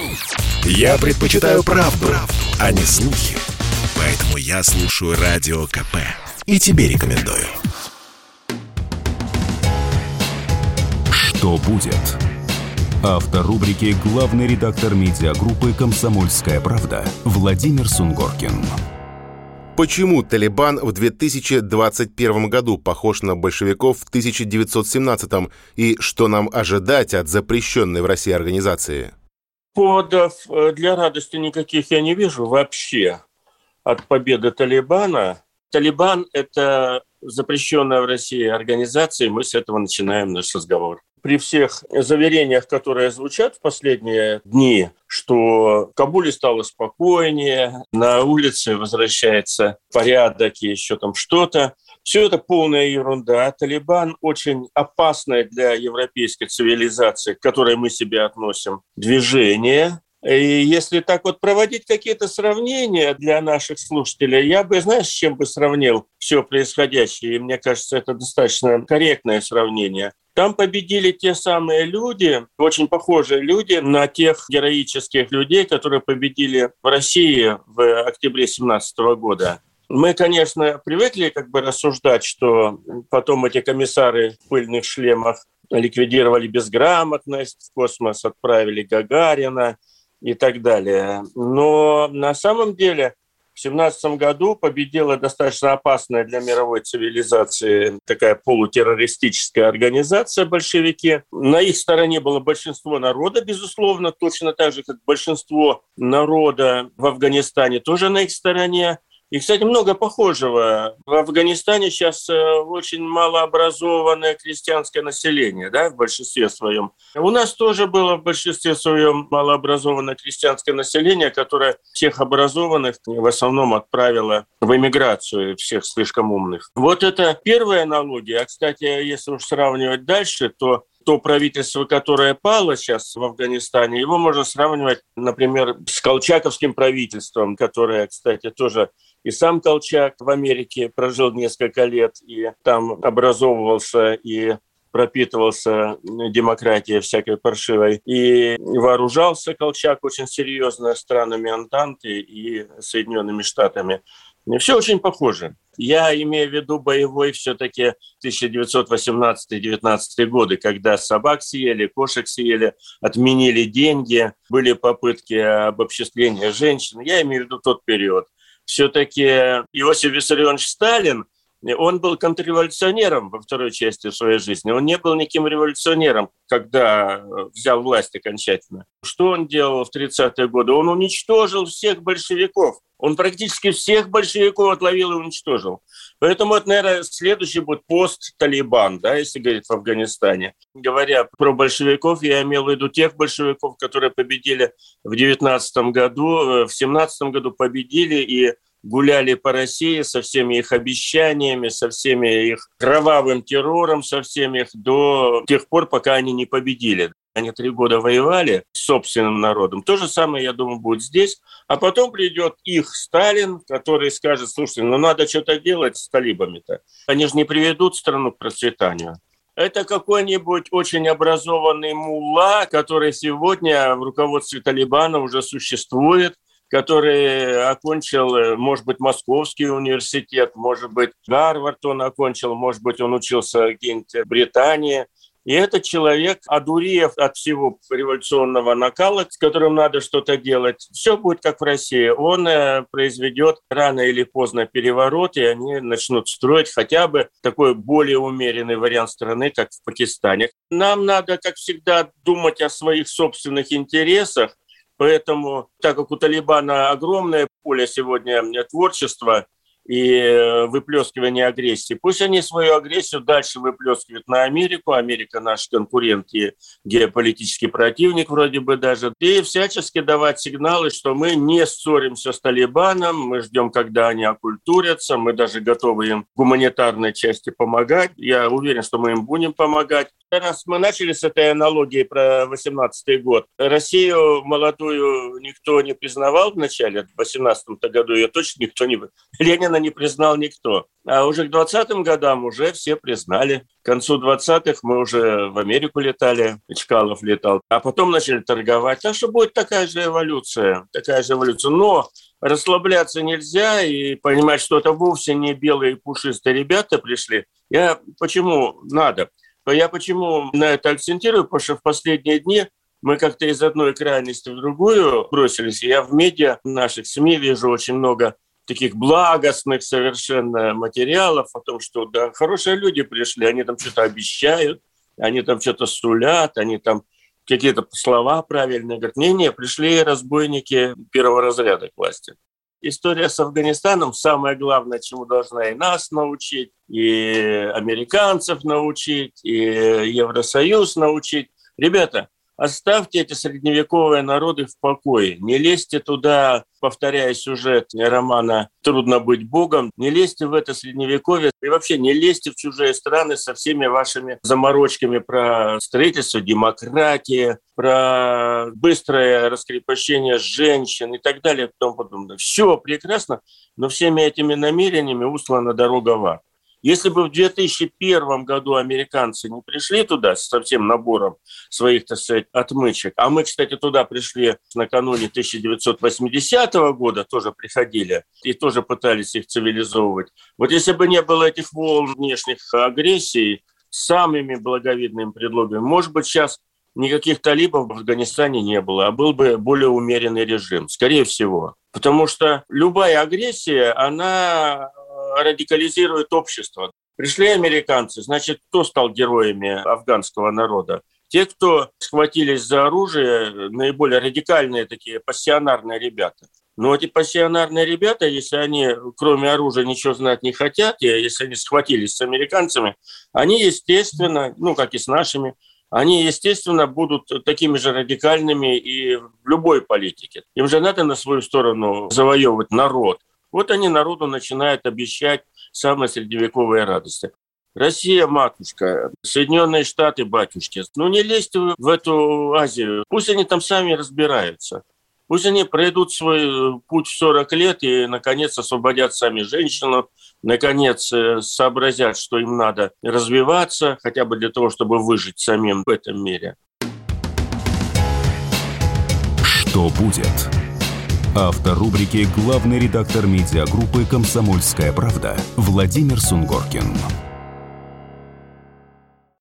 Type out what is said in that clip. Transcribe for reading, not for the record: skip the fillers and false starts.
Я предпочитаю правду, а не слухи. Поэтому я слушаю Радио КП. И тебе рекомендую. Что будет? Автор рубрики «Главный редактор медиагруппы «Комсомольская правда» Владимир Сунгоркин. Почему Талибан в 2021 году похож на большевиков в 1917 и что нам ожидать от запрещенной в России организации? Поводов для радости никаких я не вижу вообще от победы Талибана. Талибан – это запрещенная в России организация, и мы с этого начинаем наш разговор. При всех заверениях, которые звучат в последние дни, что в Кабуле стало спокойнее, на улице возвращается порядок и еще там что-то, все это полная ерунда. Талибан очень опасное для европейской цивилизации, к которой мы себя относим, движение. И если так вот проводить какие-то сравнения для наших слушателей, я бы, знаешь, с чем бы сравнил все происходящее? И мне кажется, это достаточно корректное сравнение. Там победили те самые люди, очень похожие люди на тех героических людей, которые победили в России в октябре 2017 года. Мы, конечно, привыкли рассуждать, что потом эти комиссары в пыльных шлемах ликвидировали безграмотность, в космос отправили Гагарина и так далее. Но на самом деле в 2017 году победила достаточно опасная для мировой цивилизации такая полутеррористическая организация большевики. На их стороне было большинство народа, безусловно, точно так же, как большинство народа в Афганистане тоже на их стороне. И, кстати, много похожего. В Афганистане сейчас очень малообразованное крестьянское население, да, в большинстве своем. У нас тоже было в большинстве своем малообразованное крестьянское население, которое всех образованных в основном отправило в эмиграцию, всех слишком умных. Вот это первая аналогия. А, кстати, если уж сравнивать дальше, то правительство, которое пало сейчас в Афганистане, его можно сравнивать, например, с колчаковским правительством, которое, кстати, тоже и сам Колчак в Америке прожил несколько лет, и там образовывался и пропитывался демократией всякой паршивой. И вооружался Колчак очень серьезно странами Антанты и Соединенными Штатами. Все очень похоже. Я имею в виду боевой все-таки 1918-19 годы, когда собак съели, кошек съели, отменили деньги, были попытки обобществления женщин. Я имею в виду тот период. Все-таки Иосиф Виссарионович Сталин, он был контрреволюционером во второй части своей жизни. Он не был никаким революционером, когда взял власть окончательно. Что он делал в 30-е годы? Он уничтожил всех большевиков. Он практически всех большевиков отловил и уничтожил. Поэтому это, наверное, следующий будет пост-Талибан, да, если говорить в Афганистане. Говоря про большевиков, я имел в виду тех большевиков, которые победили в 19 году, в 17 году победили и гуляли по России со всеми их обещаниями, со всеми их кровавым террором, со всеми их до тех пор, пока они не победили. Они 3 года воевали с собственным народом. То же самое, я думаю, будет здесь. А потом придет их Сталин, который скажет: слушайте, надо что-то делать с талибами-то. Они же не приведут страну к процветанию. Это какой-нибудь очень образованный мулла, который сегодня в руководстве Талибана уже существует, который окончил, может быть, Московский университет, может быть, Гарвард он окончил, может быть, он учился где-нибудь в Британии. И этот человек, одурев от всего революционного накала, с которым надо что-то делать, все будет как в России. Он произведет рано или поздно переворот, и они начнут строить хотя бы такой более умеренный вариант страны, как в Пакистане. Нам надо, как всегда, думать о своих собственных интересах. Поэтому, так как у Талибана огромное поле сегодня творчества и выплескивания агрессии, пусть они свою агрессию дальше выплескивают на Америку. Америка наш конкурент и геополитический противник вроде бы даже. И всячески давать сигналы, что мы не ссоримся с Талибаном, мы ждем, когда они окультурятся, мы даже готовы им в гуманитарной части помогать. Я уверен, что мы им будем помогать. Раз мы начали с этой аналогии про 18-й год, Россию молодую никто не признавал вначале, в 18-м году ее точно никто не... Ленина не признал никто. А уже к 20-м годам уже все признали. К концу 20-х мы уже в Америку летали, Чкалов летал, а потом начали торговать. Так что будет такая же эволюция. Но расслабляться нельзя и понимать, что это вовсе не белые пушистые ребята пришли. Почему на это акцентирую? Потому что в последние дни мы как-то из одной крайности в другую бросились. Я в медиа, в наших СМИ вижу очень много таких благостных совершенно материалов о том, что да, хорошие люди пришли, они там что-то обещают, они там что-то сулят, они там какие-то слова правильные. Говорят, не, пришли разбойники первого разряда к власти. История с Афганистаном самое главное, чему должна и нас научить, и американцев научить, и Евросоюз научить. Ребята, оставьте эти средневековые народы в покое. Не лезьте туда, повторяя сюжет романа «Трудно быть Богом», не лезьте в это средневековье и вообще не лезьте в чужие страны со всеми вашими заморочками про строительство демократии, про быстрое раскрепощение женщин и так далее и тому подобное. Все прекрасно, но всеми этими намерениями услана дорога в ад. Если бы в 2001 году американцы не пришли туда со всем набором своих, так сказать, отмычек, а мы, кстати, туда пришли накануне 1980 года, тоже приходили и тоже пытались их цивилизовывать. Вот если бы не было этих волн внешних агрессий с самыми благовидными предлогами, может быть, сейчас никаких талибов в Афганистане не было, а был бы более умеренный режим, скорее всего. Потому что любая агрессия, она радикализирует общество. Пришли американцы, значит, кто стал героями афганского народа? Те, кто схватились за оружие, наиболее радикальные такие пассионарные ребята. Но эти пассионарные ребята, если они кроме оружия ничего знать не хотят, и если они схватились с американцами, они, естественно, как и с нашими, они, естественно, будут такими же радикальными и в любой политике. Им же надо на свою сторону завоевывать народ. Вот они народу начинают обещать самые средневековые радости. Россия, матушка, Соединенные Штаты, батюшки. Не лезьте вы в эту Азию. Пусть они там сами разбираются. Пусть они пройдут свой путь в 40 лет и, наконец, освободят сами женщину, наконец, сообразят, что им надо развиваться, хотя бы для того, чтобы выжить самим в этом мире. Что будет? Автор рубрики «Главный редактор медиагруппы «Комсомольская правда» Владимир Сунгоркин.